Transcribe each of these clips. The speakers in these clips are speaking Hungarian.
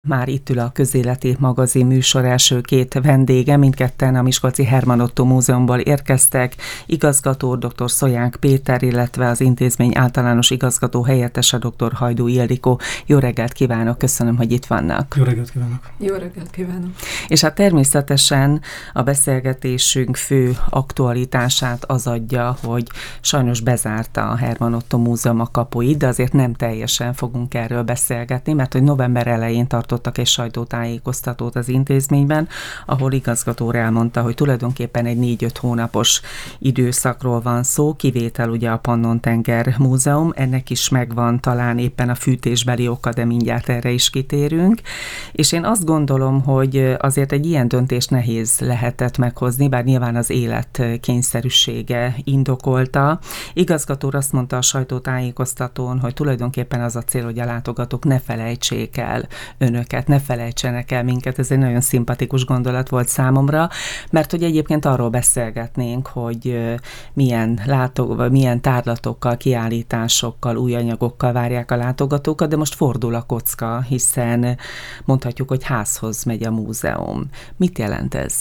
Már itt ül a Közéleti Magazin műsor első két vendége, mindketten a Miskolci Herman Ottó Múzeumból érkeztek, igazgató dr. Szolyánk Péter, illetve az intézmény általános igazgató helyettese dr. Hajdú Ildikó. Jó reggelt kívánok, köszönöm, hogy itt vannak. Jó reggelt kívánok. Jó reggelt kívánok. És hát természetesen a beszélgetésünk fő aktualitását az adja, hogy sajnos bezárta a Herman Ottó Múzeum a kapuit, de azért nem teljesen fogunk erről beszélgetni, mert hogy november elején tartottak egy sajtótájékoztatót az intézményben, ahol igazgató elmondta, hogy tulajdonképpen egy 4-5 hónapos időszakról van szó, kivétel ugye a Pannon-tenger Múzeum, ennek is megvan talán éppen a fűtésbeli oka, de mindjárt erre is kitérünk. És én azt gondolom, hogy azért egy ilyen döntést nehéz lehetett meghozni, bár nyilván az élet kényszerűsége indokolta. Igazgató azt mondta a sajtótájékoztatón, hogy tulajdonképpen az a cél, hogy a látogatók ne felejtsék el önöket, ne felejtsenek el minket. Ez egy nagyon szimpatikus gondolat volt számomra, mert hogy egyébként arról beszélgetnénk, hogy milyen tárlatokkal, kiállításokkal, új anyagokkal várják a látogatókat, de most fordul a kocka, hiszen mondhatjuk, hogy házhoz megy a múzeum. Mit jelent ez?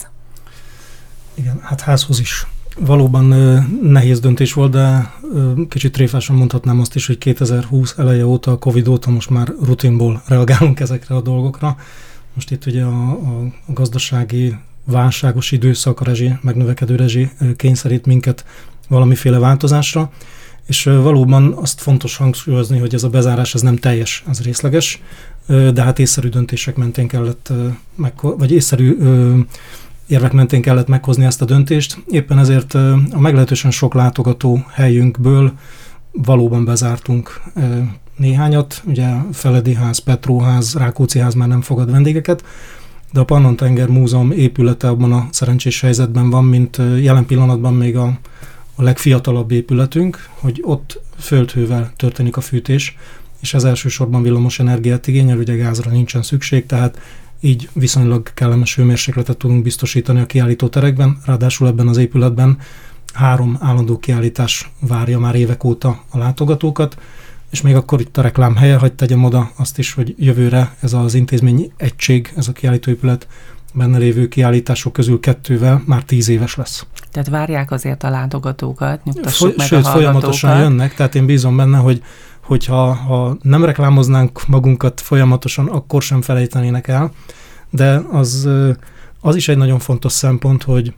Igen, hát házhoz is. Valóban nehéz döntés volt, de kicsit tréfásan mondhatnám azt is, hogy 2020 eleje óta, a Covid óta most már rutinból reagálunk ezekre a dolgokra. Most itt ugye a gazdasági válságos időszak, a megnövekedő rezsi kényszerít minket valamiféle változásra, és valóban azt fontos hangsúlyozni, hogy ez a bezárás ez nem teljes, ez részleges, de hát észszerű döntések mentén kellett, vagy észszerű érvek mentén kellett meghozni ezt a döntést. Éppen ezért a meglehetősen sok látogató helyünkből valóban bezártunk néhányat. Ugye Feledi ház, Petróház, Rákóczi ház már nem fogad vendégeket, de a Pannon-tenger Múzeum épülete abban a szerencsés helyzetben van, mint jelen pillanatban még a legfiatalabb épületünk, hogy ott földhővel történik a fűtés, és ez elsősorban villamos energiát igényel, ugye gázra nincsen szükség, tehát így viszonylag kellemes hőmérsékletet tudunk biztosítani a kiállítóterekben, ráadásul ebben az épületben 3 állandó kiállítás várja már évek óta a látogatókat, és még akkor itt a reklám helye, hogy tegyem oda azt is, hogy jövőre ez az intézményi egység, ez a kiállítóépület benne lévő kiállítások közül 2-vel már 10 éves lesz. Tehát várják azért a látogatókat, nyugtassuk meg Sőt, a hallgatókat. Folyamatosan jönnek, tehát én bízom benne, hogyha nem reklámoznánk magunkat folyamatosan, akkor sem felejtenének el, de az is egy nagyon fontos szempont, hogy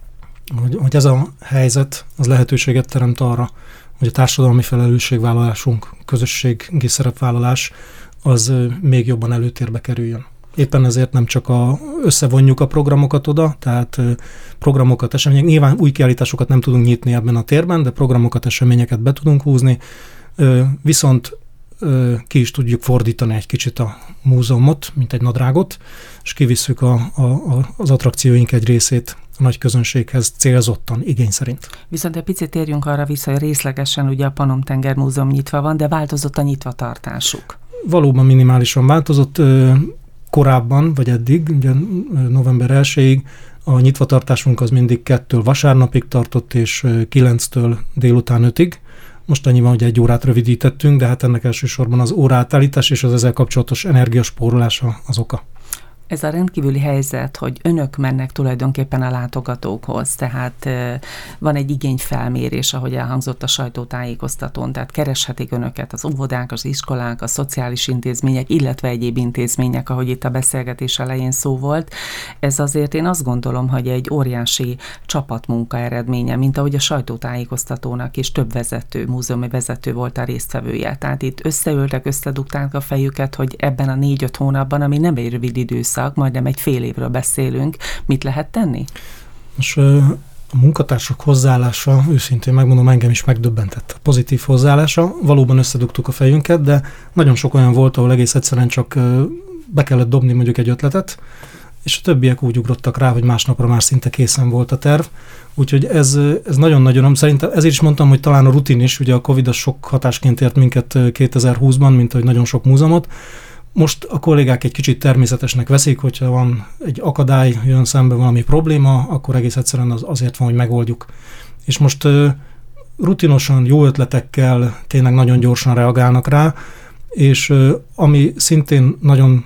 ez a helyzet, az lehetőséget teremt arra, hogy a társadalmi felelősségvállalásunk, közösségi szerepvállalás az még jobban előtérbe kerüljön. Éppen ezért nem csak összevonjuk a programokat oda, tehát programokat, események, nyilván új kiállításokat nem tudunk nyitni ebben a térben, de programokat, eseményeket be tudunk húzni, viszont ki is tudjuk fordítani egy kicsit a múzeumot, mint egy nadrágot, és kivisszük az attrakcióink egy részét a nagy közönséghez célzottan, igény szerint. Viszont egy picit térjünk arra vissza, hogy részlegesen ugye a Pannon-tenger Múzeum nyitva van, de változott a nyitvatartásuk. Valóban minimálisan változott. Korábban, vagy eddig, ugye november 1-ig a nyitvatartásunk az mindig 2-től vasárnapig tartott, és 9-től délután 5-ig. Most annyiban, hogy 1 órát rövidítettünk, de hát ennek elsősorban az óraátállítás és az ezzel kapcsolatos energiaspórolása az oka. Ez a rendkívüli helyzet, hogy önök mennek tulajdonképpen a látogatókhoz, tehát van egy igényfelmérés, ahogy elhangzott a sajtótájékoztatón, tehát kereshetik önöket az óvodák, az iskolák, a szociális intézmények, illetve egyéb intézmények, ahogy itt a beszélgetés elején szó volt. Ez azért én azt gondolom, hogy egy óriási csapatmunka eredménye, mint ahogy a sajtótájékoztatónak is több múzeumi vezető volt a résztvevője. Tehát itt összedugták a fejüket, hogy ebben a 4-5 hónapban, ami nem egy rövid időszak, majdnem egy fél évről beszélünk. Mit lehet tenni? Most a munkatársak hozzáállása, őszintén megmondom, engem is megdöbbentett. A pozitív hozzáállása, valóban összedugtuk a fejünket, de nagyon sok olyan volt, ahol egész egyszerűen csak be kellett dobni mondjuk egy ötletet, és a többiek úgy ugrottak rá, hogy másnapra már szinte készen volt a terv. Úgyhogy ez nagyon-nagyon, szerintem ezért is mondtam, hogy talán a rutin is, ugye a Covid sok hatásként ért minket 2020-ban, mint hogy nagyon sok múzeumot. Most a kollégák egy kicsit természetesnek veszik, hogyha van egy akadály, jön szembe valami probléma, akkor egész egyszerűen azért van, hogy megoldjuk. És most rutinosan, jó ötletekkel tényleg nagyon gyorsan reagálnak rá, és ami szintén nagyon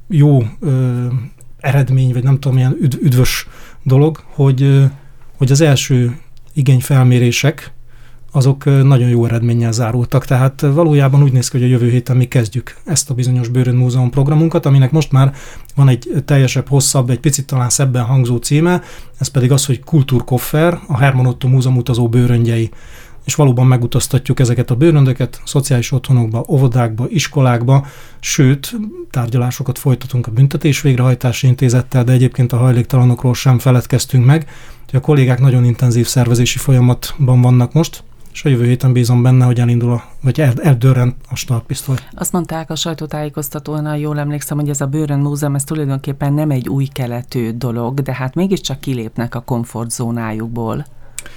jó eredmény, vagy nem tudom, milyen üdvös dolog, hogy az első igényfelmérések azok nagyon jó eredménnyel zárultak. Tehát valójában úgy néz ki, hogy a jövő héten mi kezdjük ezt a bizonyos Bőrönd Múzeum programunkat, aminek most már van egy teljesebb, hosszabb, egy picit talán szebben hangzó címe, ez pedig az, hogy Kulturkoffer, a Herman Otto Múzeum utazó bőröndjei. És valóban megutaztatjuk ezeket a bőröndöket szociális otthonokba, óvodákba, iskolákba, sőt, tárgyalásokat folytatunk a Büntetés Végrehajtási Intézettel, de egyébként a hajléktalanokról sem feledkeztünk meg. A kollégák nagyon intenzív szervezési folyamatban vannak most, és a jövő héten bízom benne, hogy eldörren a startpisztoly. Azt mondták a sajtótájékoztatón, ha jól emlékszem, hogy ez a Bőrönd Múzeum, ez tulajdonképpen nem egy új keletű dolog, de hát mégiscsak kilépnek a komfortzónájukból.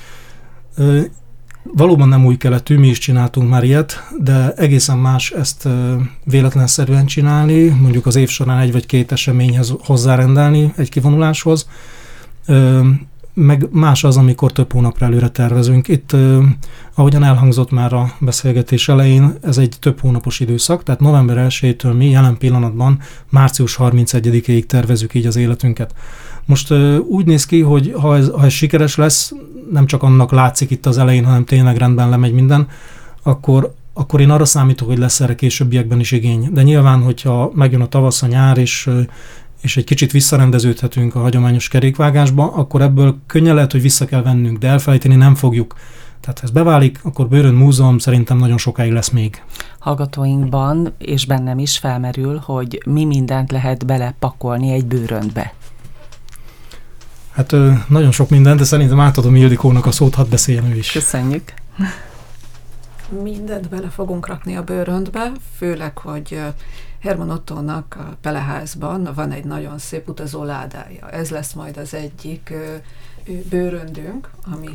Valóban nem új keletű, mi is csináltunk már ilyet, de egészen más ezt véletlenszerűen csinálni, mondjuk az év során egy vagy két eseményhez hozzárendelni, egy kivonuláshoz, meg más az, amikor több hónapra előre tervezünk. Itt, ahogyan elhangzott már a beszélgetés elején, ez egy több hónapos időszak, tehát november 1-től mi jelen pillanatban március 31-ig tervezünk így az életünket. Most úgy néz ki, hogy ha ez sikeres lesz, nem csak annak látszik itt az elején, hanem tényleg rendben lemegy minden, akkor én arra számítok, hogy lesz erre későbbiekben is igény. De nyilván, hogyha megjön a tavasz, a nyár, és egy kicsit visszarendeződhetünk a hagyományos kerékvágásba, akkor ebből könnyen lehet, hogy vissza kell vennünk, de elfelejteni nem fogjuk. Tehát ha ez beválik, akkor Bőrönd Múzeum szerintem nagyon sokáig lesz még. Hallgatóinkban és bennem is felmerül, hogy mi mindent lehet belepakolni egy bőröndbe. Hát nagyon sok minden, de szerintem átadom Ildikónak a szót, hadd beszéljen ő is. Köszönjük. Mindent bele fogunk rakni a bőröndbe, főleg, hogy Herman Ottónak a Peleházban van egy nagyon szép utazó ládája. Ez lesz majd az egyik bőröndünk, ami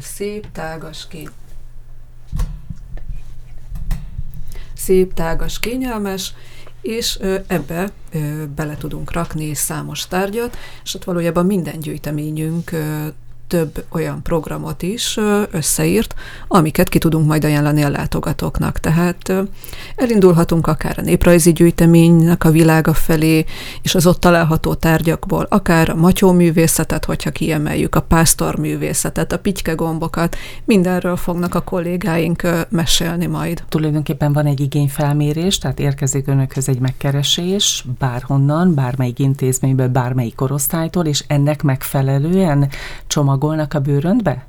szép, tágas, kényelmes, és ebbe bele tudunk rakni számos tárgyat, és ott valójában minden gyűjteményünk több olyan programot is összeírt, amiket ki tudunk majd ajánlani a látogatóknak. Tehát elindulhatunk akár a néprajzi gyűjteménynek a világa felé, és az ott található tárgyakból, akár a matyóművészetet, hogyha kiemeljük, a pásztorművészetet, a pitykegombokat, mindenről fognak a kollégáink mesélni majd. Tulajdonképpen van egy igényfelmérés, tehát érkezik önökhöz egy megkeresés, bárhonnan, bármelyik intézményből, bármelyik korosztálytól, és ennek megfelelően csomagolnak a bőröndbe?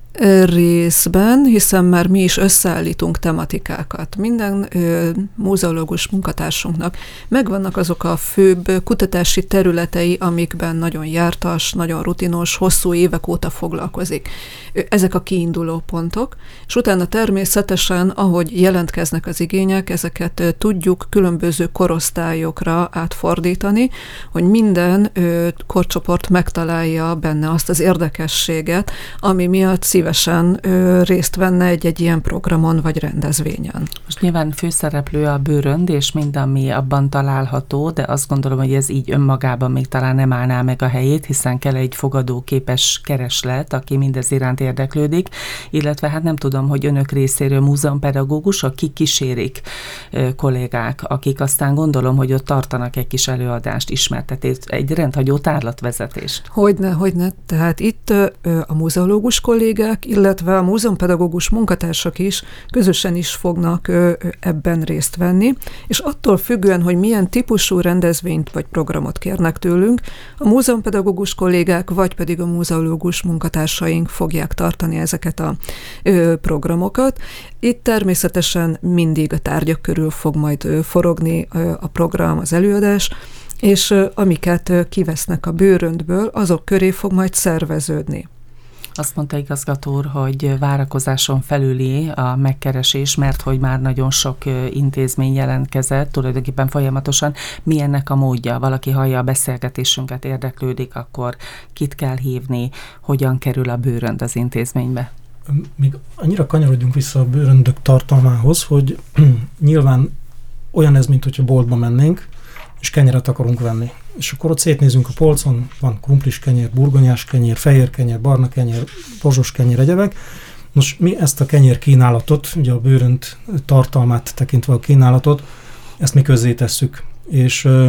Részben, hiszen már mi is összeállítunk tematikákat. Minden múzeológus munkatársunknak megvannak azok a főbb kutatási területei, amikben nagyon jártas, nagyon rutinos, hosszú évek óta foglalkozik. Ezek a kiinduló pontok, és utána természetesen, ahogy jelentkeznek az igények, ezeket tudjuk különböző korosztályokra átfordítani, hogy minden korcsoport megtalálja benne azt az érdekességet, ami miatt szívesen részt venne egy ilyen programon vagy rendezvényen. Most nyilván főszereplő a bőrönd, és mind, ami abban található, de azt gondolom, hogy ez így önmagában még talán nem állná meg a helyét, hiszen kell egy fogadóképes kereslet, aki mindez iránt érdeklődik, illetve hát nem tudom, hogy önök részéről múzeumpedagógusok, kik kísérik kollégák, akik aztán gondolom, hogy ott tartanak egy kis előadást, ismertetést, egy rendhagyó tárlatvezetést. Hogyne. Tehát itt a múzeológus kollégák, illetve a múzeumpedagógus munkatársak is közösen is fognak ebben részt venni, és attól függően, hogy milyen típusú rendezvényt vagy programot kérnek tőlünk, a múzeumpedagógus kollégák, vagy pedig a múzeológus munkatársaink fogják tartani ezeket a programokat. Itt természetesen mindig a tárgyak körül fog majd forogni a program, az előadás, és amiket kivesznek a bőröndből, azok köré fog majd szerveződni. Azt mondta igazgató úr, hogy várakozáson felüli a megkeresés, mert hogy már nagyon sok intézmény jelentkezett, tulajdonképpen folyamatosan. Mi ennek a módja? Valaki hallja a beszélgetésünket, érdeklődik, akkor kit kell hívni, hogyan kerül a bőrönd az intézménybe? Még annyira kanyarodjunk vissza a bőröndök tartalmához, hogy nyilván olyan ez, mint hogyha boltba mennénk, és kenyeret akarunk venni. És akkor ott szétnézünk a polcon, van krumplis kenyér, burgonyás kenyér, fehér kenyér, barna kenyér, pozsos kenyér, egyebek. Nos, mi ezt a kenyér kínálatot, ugye a bőrönd tartalmát tekintve a kínálatot, ezt mi közzétesszük. És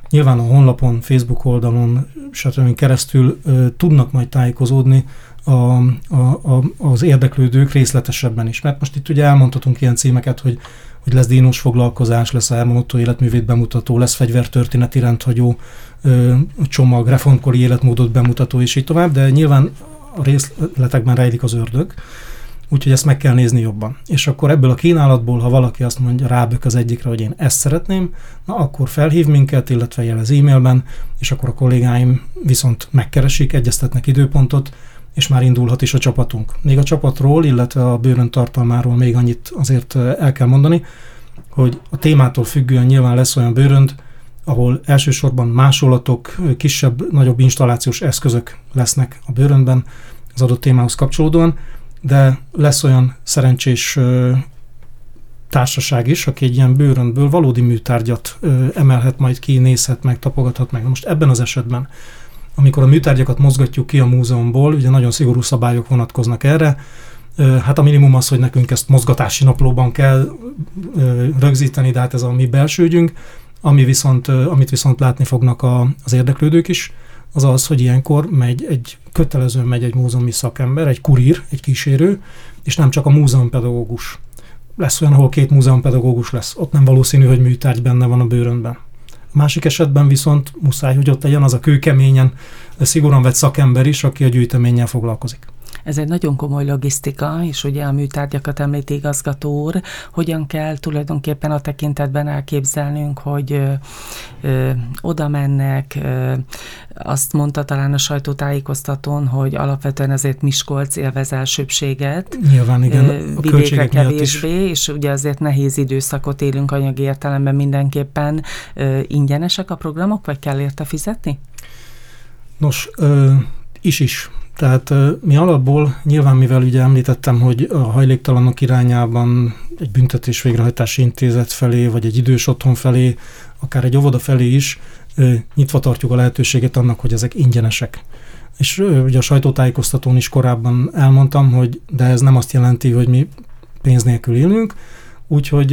Nyilván a honlapon, Facebook oldalon, stb. Keresztül tudnak majd tájékozódni az érdeklődők részletesebben is. Mert most itt ugye elmondhatunk ilyen címeket, hogy lesz dínos foglalkozás, lesz a Herman Otto életművét bemutató, lesz fegyvertörténeti rendhagyó csomag, reformkori életmódot bemutató, és így tovább, de nyilván a részletekben rejlik az ördög, úgyhogy ezt meg kell nézni jobban. És akkor ebből a kínálatból, ha valaki azt mondja, rábök az egyikre, hogy én ezt szeretném, na akkor felhív minket, illetve jelez e-mailben, és akkor a kollégáim viszont megkeresik, egyeztetnek időpontot, és már indulhat is a csapatunk. Még a csapatról, illetve a bőrönd tartalmáról még annyit azért el kell mondani, hogy a témától függően nyilván lesz olyan bőrönd, ahol elsősorban másolatok, kisebb, nagyobb installációs eszközök lesznek a bőröndben az adott témához kapcsolódóan, de lesz olyan szerencsés társaság is, aki egy ilyen bőröndből valódi műtárgyat emelhet majd ki, nézhet meg, tapogathat meg. Most ebben az esetben, amikor a műtárgyakat mozgatjuk ki a múzeumból, ugye nagyon szigorú szabályok vonatkoznak erre, hát a minimum az, hogy nekünk ezt mozgatási naplóban kell rögzíteni, de hát ez a mi belső ügyünk, amit viszont látni fognak az érdeklődők is, az az, hogy ilyenkor kötelezően megy egy múzeumi szakember, egy kurír, egy kísérő, és nem csak a múzeumpedagógus. Lesz olyan, ahol 2 múzeumpedagógus lesz. Ott nem valószínű, hogy műtárgy benne van a bőröndben. A másik esetben viszont muszáj, hogy ott legyen az a kőkeményen, de szigorúan vett szakember is, aki a gyűjteménnyel foglalkozik. Ez egy nagyon komoly logisztika, és ugye a műtárgyakat említi igazgató úr, hogyan kell tulajdonképpen a tekintetben elképzelnünk, hogy oda mennek, azt mondta talán a sajtótájékoztatón, hogy alapvetően azért Miskolc élvez elsőbbséget. Nyilván igen, a vidékre kevésbé, és ugye azért nehéz időszakot élünk anyagi értelemben mindenképpen. Ingyenesek a programok, vagy kell érte fizetni? Nos, is. Tehát mi alapból nyilván, mivel ugye említettem, hogy a hajléktalanok irányában egy büntetés végrehajtási intézet felé, vagy egy idős otthon felé, akár egy óvoda felé is nyitva tartjuk a lehetőséget annak, hogy ezek ingyenesek. És ugye a sajtótájékoztatón is korábban elmondtam, hogy de ez nem azt jelenti, hogy mi pénz nélkül élünk, úgyhogy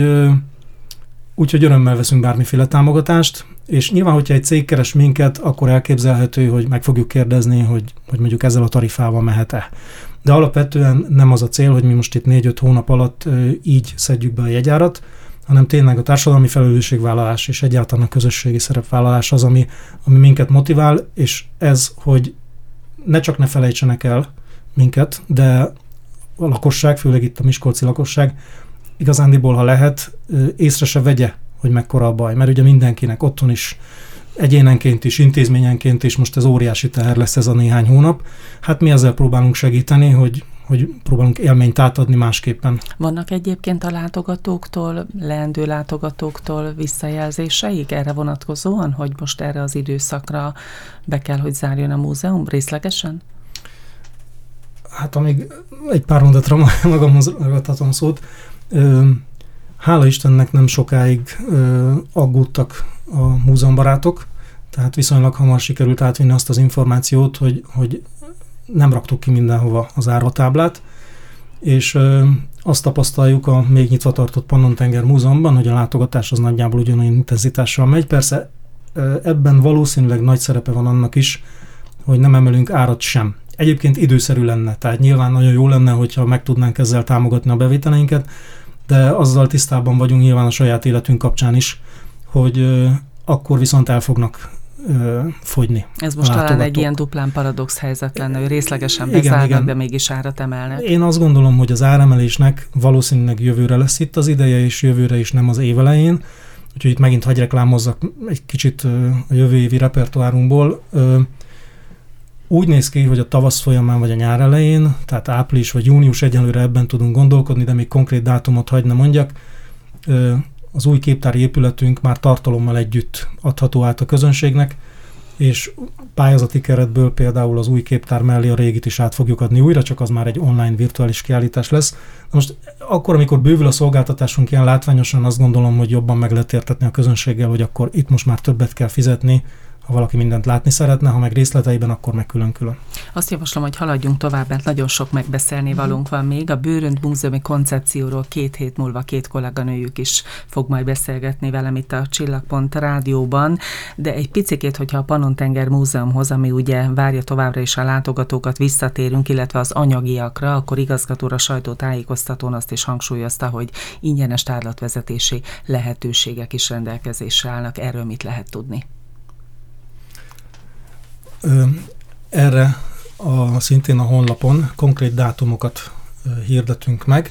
örömmel veszünk bármiféle támogatást, és nyilván, hogyha egy cég keres minket, akkor elképzelhető, hogy meg fogjuk kérdezni, hogy mondjuk ezzel a tarifával mehet-e. De alapvetően nem az a cél, hogy mi most itt 4-5 hónap alatt így szedjük be a jegyárat, hanem tényleg a társadalmi felelősségvállalás és egyáltalán a közösségi szerepvállalás az, ami minket motivál, és ez, hogy ne felejtsenek el minket, de a lakosság, főleg itt a miskolci lakosság, igazándiból, ha lehet, észre se vegye, hogy mekkora a baj, mert ugye mindenkinek otthon is, egyénenként is, intézményenként is, most ez óriási teher lesz ez a néhány hónap. Hát mi ezzel próbálunk segíteni, hogy próbálunk élményt átadni másképpen. Vannak egyébként a látogatóktól, leendő látogatóktól visszajelzéseik erre vonatkozóan, hogy most erre az időszakra be kell, hogy zárjon a múzeum részlegesen? Hát amíg egy pár mondatra magamhoz ragadhatom szót, hála Istennek nem sokáig aggódtak a múzeumbarátok, tehát viszonylag hamar sikerült átvinni azt az információt, hogy nem raktuk ki mindenhova az árvatáblát, és azt tapasztaljuk a még nyitva tartott Pannon-tenger Múzeumban, hogy a látogatás az nagyjából ugyanolyan intenzitással megy. Persze ebben valószínűleg nagy szerepe van annak is, hogy nem emelünk árat sem. Egyébként időszerű lenne, tehát nyilván nagyon jó lenne, hogyha meg tudnánk ezzel támogatni a bevételeinket, de azzal tisztában vagyunk nyilván a saját életünk kapcsán is, hogy akkor viszont el fognak fogyni. Ez most talán egy ilyen duplán paradox helyzet lenne, hogy részlegesen bezárnak, de mégis árat emelnek. Én azt gondolom, hogy az áremelésnek valószínűleg jövőre lesz itt az ideje, és jövőre is nem az év elején, úgyhogy itt megint hagy reklámozzak egy kicsit a jövő évi repertoárunkból. Úgy néz ki, hogy a tavasz folyamán vagy a nyár elején, tehát április vagy június egyelőre ebben tudunk gondolkodni, de még konkrét dátumot hagy ne mondjak. Az új képtári épületünk már tartalommal együtt adható át a közönségnek, és pályázati keretből például az új képtár mellé a régit is át fogjuk adni újra, csak az már egy online virtuális kiállítás lesz. Most akkor, amikor bővül a szolgáltatásunk ilyen látványosan, azt gondolom, hogy jobban meg lehet értetni a közönséggel, hogy akkor itt most már többet kell fizetni, ha valaki mindent látni szeretne, ha meg részleteiben, akkor meg külön-külön. Azt javaslom, hogy haladjunk tovább, mert nagyon sok megbeszélni valónk van még. A Bőrönd múzeumi koncepcióról 2 hét múlva 2 kolléganőjük is fog majd beszélgetni velem itt a Csillagpont rádióban, de egy picikét, hogyha a Pannon-tenger Múzeumhoz, ami ugye várja továbbra is a látogatókat, visszatérünk, illetve az anyagiakra, akkor igazgatóra sajtótájékoztatón azt is hangsúlyozta, hogy ingyenes tárlatvezetési lehetőségek is rendelkezésre állnak. Erről mit lehet tudni? Erre szintén a honlapon konkrét dátumokat hirdetünk meg,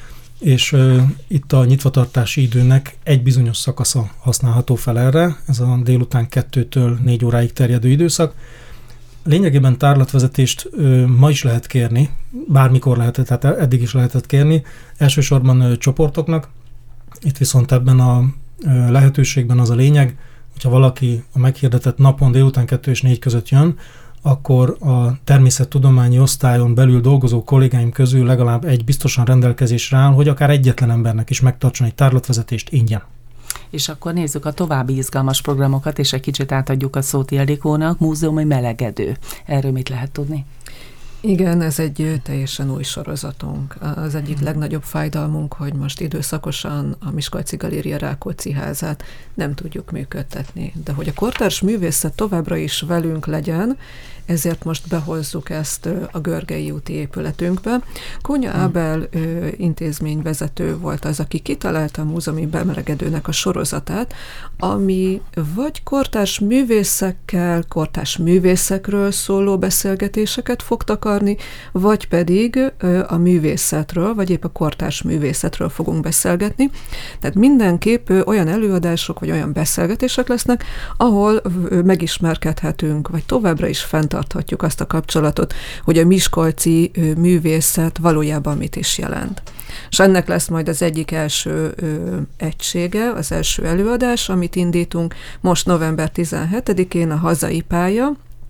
és itt a nyitvatartási időnek egy bizonyos szakasza használható fel erre, ez a délután 2-től 4 óráig terjedő időszak. Lényegében tárlatvezetést ma is lehet kérni, bármikor lehetett, tehát eddig is lehetett kérni, elsősorban csoportoknak. Itt viszont ebben a lehetőségben az a lényeg, hogyha valaki a meghirdetett napon délután 2 és 4 között jön, akkor a természettudományi osztályon belül dolgozó kollégáim közül legalább egy biztosan rendelkezésre áll, hogy akár egyetlen embernek is megtartson egy tárlatvezetést ingyen. És akkor nézzük a további izgalmas programokat, és egy kicsit átadjuk a szót Ildikónak. Múzeumi melegedő. Erről mit lehet tudni? Igen, ez egy teljesen új sorozatunk. Az egyik legnagyobb fájdalmunk, hogy most időszakosan a Miskolci Galéria Rákóczi házát nem tudjuk működtetni. De hogy a kortárs művészet továbbra is velünk legyen, ezért most behozzuk ezt a Görgei úti épületünkbe. Kónya Ábel intézményvezető volt az, aki kitalálta a múzeumi bemelegedőnek a sorozatát, ami vagy kortárs művészekkel, kortárs művészekről szóló beszélgetéseket fog takarni, vagy pedig a művészetről, vagy épp a kortárs művészetről fogunk beszélgetni. Tehát mindenképp olyan előadások, vagy olyan beszélgetések lesznek, ahol megismerkedhetünk, vagy továbbra is fenntarthatjuk azt a kapcsolatot, hogy a miskolci művészet valójában mit is jelent. És ennek lesz majd az egyik első egysége, az első előadás, amit indítunk most november 17-én a Hazai pálya,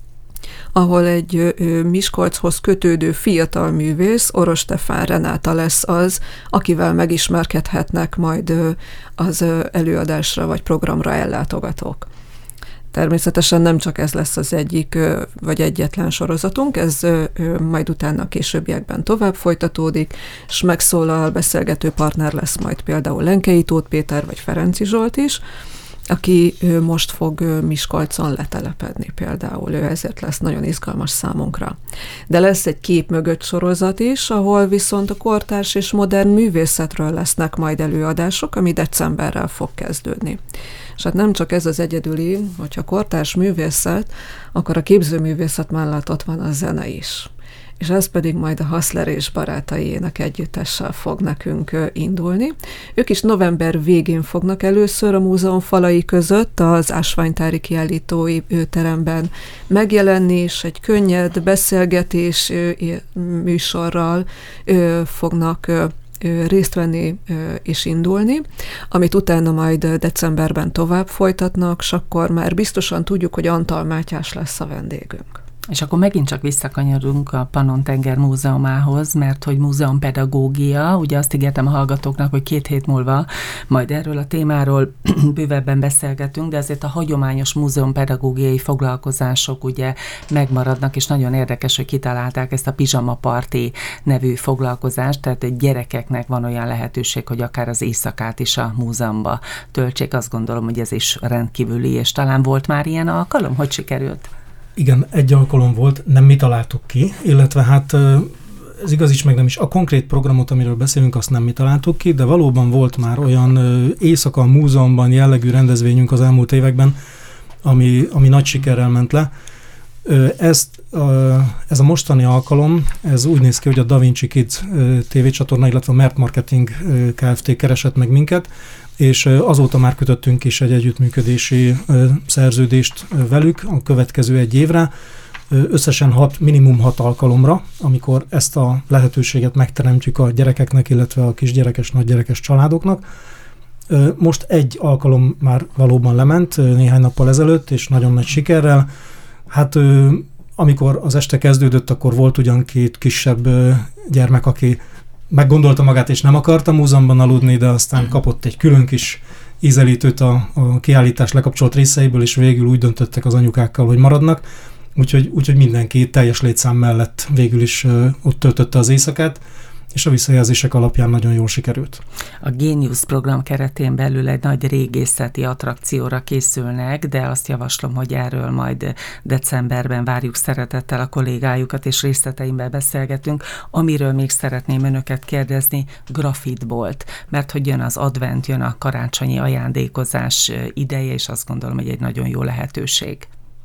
ahol egy Miskolchoz kötődő fiatal művész, Orosz Stefán Renáta lesz az, akivel megismerkedhetnek majd az előadásra vagy programra ellátogatók. Természetesen nem csak ez lesz az egyik, vagy egyetlen sorozatunk, ez majd utána a későbbiekben tovább folytatódik, és megszólal, beszélgető partner lesz majd például Lenkei Tóth Péter, vagy Ferenczy Zsolt is, aki most fog Miskolcon letelepedni például, ő ezért lesz nagyon izgalmas számunkra. De lesz egy kép mögött sorozat is, ahol viszont a kortárs és modern művészetről lesznek majd előadások, ami decemberrel fog kezdődni. És hát nem csak ez az egyedüli, hogyha kortárs művészet, akkor a képzőművészet mellett ott van a zene is. És ez pedig majd a Hassler és barátaiének együttessel fog nekünk indulni. Ők is november végén fognak először a múzeum falai között az Ásványtári kiállítói teremben megjelenni, és egy könnyed beszélgetés műsorral fognak részt venni és indulni, amit utána majd decemberben tovább folytatnak, és akkor már biztosan tudjuk, hogy Antal Mátyás lesz a vendégünk. És akkor megint csak visszakanyarunk a Pannon-tenger Múzeumához, mert hogy múzeumpedagógia, ugye azt ígértem a hallgatóknak, hogy 2 hét múlva majd erről a témáról bővebben beszélgetünk, de azért a hagyományos múzeumpedagógiai foglalkozások ugye megmaradnak, és nagyon érdekes, hogy kitalálták ezt a Pizsama Party nevű foglalkozást, tehát egy gyerekeknek van olyan lehetőség, hogy akár az éjszakát is a múzeumba töltsék. Azt gondolom, hogy ez is rendkívüli, és talán volt már ilyen alkalom, hogy sikerült? Igen, egy alkalom volt, nem mi találtuk ki, illetve hát ez igaz is, meg nem is. A konkrét programot, amiről beszélünk, azt nem mi találtuk ki, de valóban volt már olyan éjszaka a múzeumban jellegű rendezvényünk az elmúlt években, ami nagy sikerrel ment le. Ez a mostani alkalom, ez úgy néz ki, hogy a Da Vinci Kids tévécsatorna, illetve a Mert Marketing Kft. Keresett meg minket, és azóta már kötöttünk is egy együttműködési szerződést velük a következő 1 évre, összesen minimum 6 alkalomra, amikor ezt a lehetőséget megteremtjük a gyerekeknek, illetve a kisgyerekes, nagygyerekes családoknak. Most 1 alkalom már valóban lement néhány nappal ezelőtt, és nagyon nagy sikerrel. Hát amikor az este kezdődött, akkor volt ugyan 2 kisebb gyermek, aki meggondolta magát, és nem akarta múzeumban aludni, de aztán kapott egy külön kis ízelítőt a kiállítás lekapcsolt részeiből, és végül úgy döntöttek az anyukákkal, hogy maradnak. úgyhogy mindenki teljes létszám mellett végül is ott töltötte az éjszakát, és a visszajelzések alapján nagyon jól sikerült. A Géniusz program keretén belül egy nagy régészeti attrakcióra készülnek, de azt javaslom, hogy erről majd decemberben várjuk szeretettel a kollégájukat, és részleteimben beszélgetünk. Amiről még szeretném önöket kérdezni, grafitbolt, mert hogy jön az advent, jön a karácsonyi ajándékozás ideje, és azt gondolom, hogy egy nagyon jó lehetőség.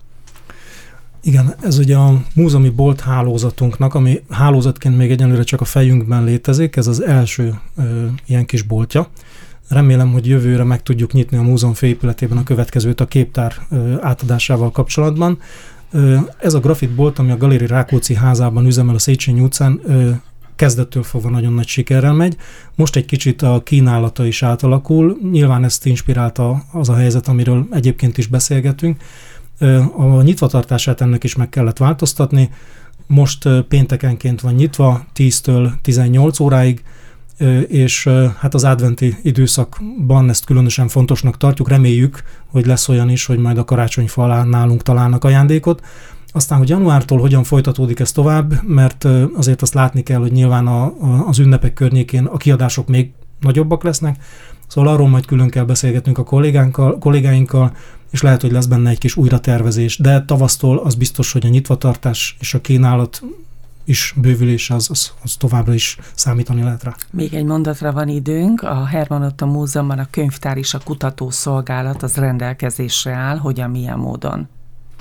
Igen, ez ugye a múzeumi bolt hálózatunknak, ami hálózatként még egyenlőre csak a fejünkben létezik, ez az első ilyen kis boltja. Remélem, hogy jövőre meg tudjuk nyitni a múzeum főépületében a következőt a képtár átadásával kapcsolatban. Ez a grafitbolt, ami a Galéri Rákóczi házában üzemel a Széchenyi utcán, kezdettől fogva nagyon nagy sikerrel megy. Most egy kicsit a kínálata is átalakul. Nyilván ezt inspirálta az a helyzet, amiről egyébként is beszélgetünk. A nyitvatartását ennek is meg kellett változtatni. Most péntekenként van nyitva, 10-től 18 óráig, és hát az adventi időszakban ezt különösen fontosnak tartjuk. Reméljük, hogy lesz olyan is, hogy majd a karácsonyfa alá nálunk találnak ajándékot. Aztán, hogy januártól hogyan folytatódik ez tovább, mert azért azt látni kell, hogy nyilván az ünnepek környékén a kiadások még nagyobbak lesznek, szóval arról majd külön kell beszélgetnünk a kollégáinkkal, és lehet, hogy lesz benne egy kis újratervezés, de tavasztól az biztos, hogy a nyitvatartás és a kínálat is bővülés az továbbra is számítani lehet rá. Még egy mondatra van időnk, a Herman Ottó Múzeumban a könyvtár és a kutatószolgálat az rendelkezésre áll, hogyan, milyen módon?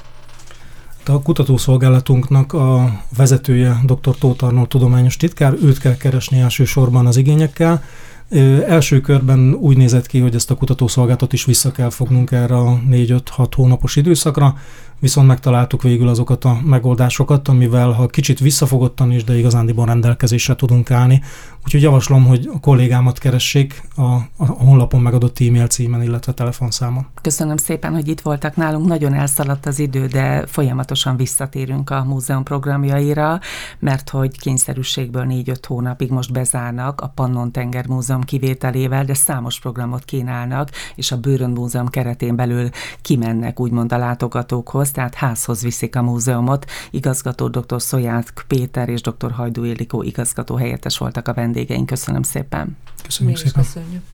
A kutatószolgálatunknak a vezetője dr. Tóth Arnold tudományos titkár, őt kell keresni elsősorban az igényekkel. Első körben úgy nézett ki, hogy ezt a kutatószolgálatot is vissza kell fognunk erre a 4-5-6 hónapos időszakra, viszont megtaláltuk végül azokat a megoldásokat, amivel ha kicsit visszafogottan is, de igazándiból rendelkezésre tudunk állni. Úgyhogy javaslom, hogy a kollégámat keressék a honlapon megadott e-mail címen, illetve telefonszámon. Köszönöm szépen, hogy itt voltak nálunk. Nagyon elszaladt az idő, de folyamatosan visszatérünk a múzeum programjaira, mert hogy kényszerűségből 4-5 hónapig most bezárnak a Pannon-tenger Múzeum kivételével, de számos programot kínálnak, és a Bőrönd Múzeum keretén belül kimennek úgymond a látogatókhoz, tehát házhoz viszik a múzeumot. Igazgató dr. Szolyák Péter és dr. Hajdú Ildikó igazgató helyettes voltak a vendégeink. Köszönöm szépen. Köszönjük szépen. Köszönjük.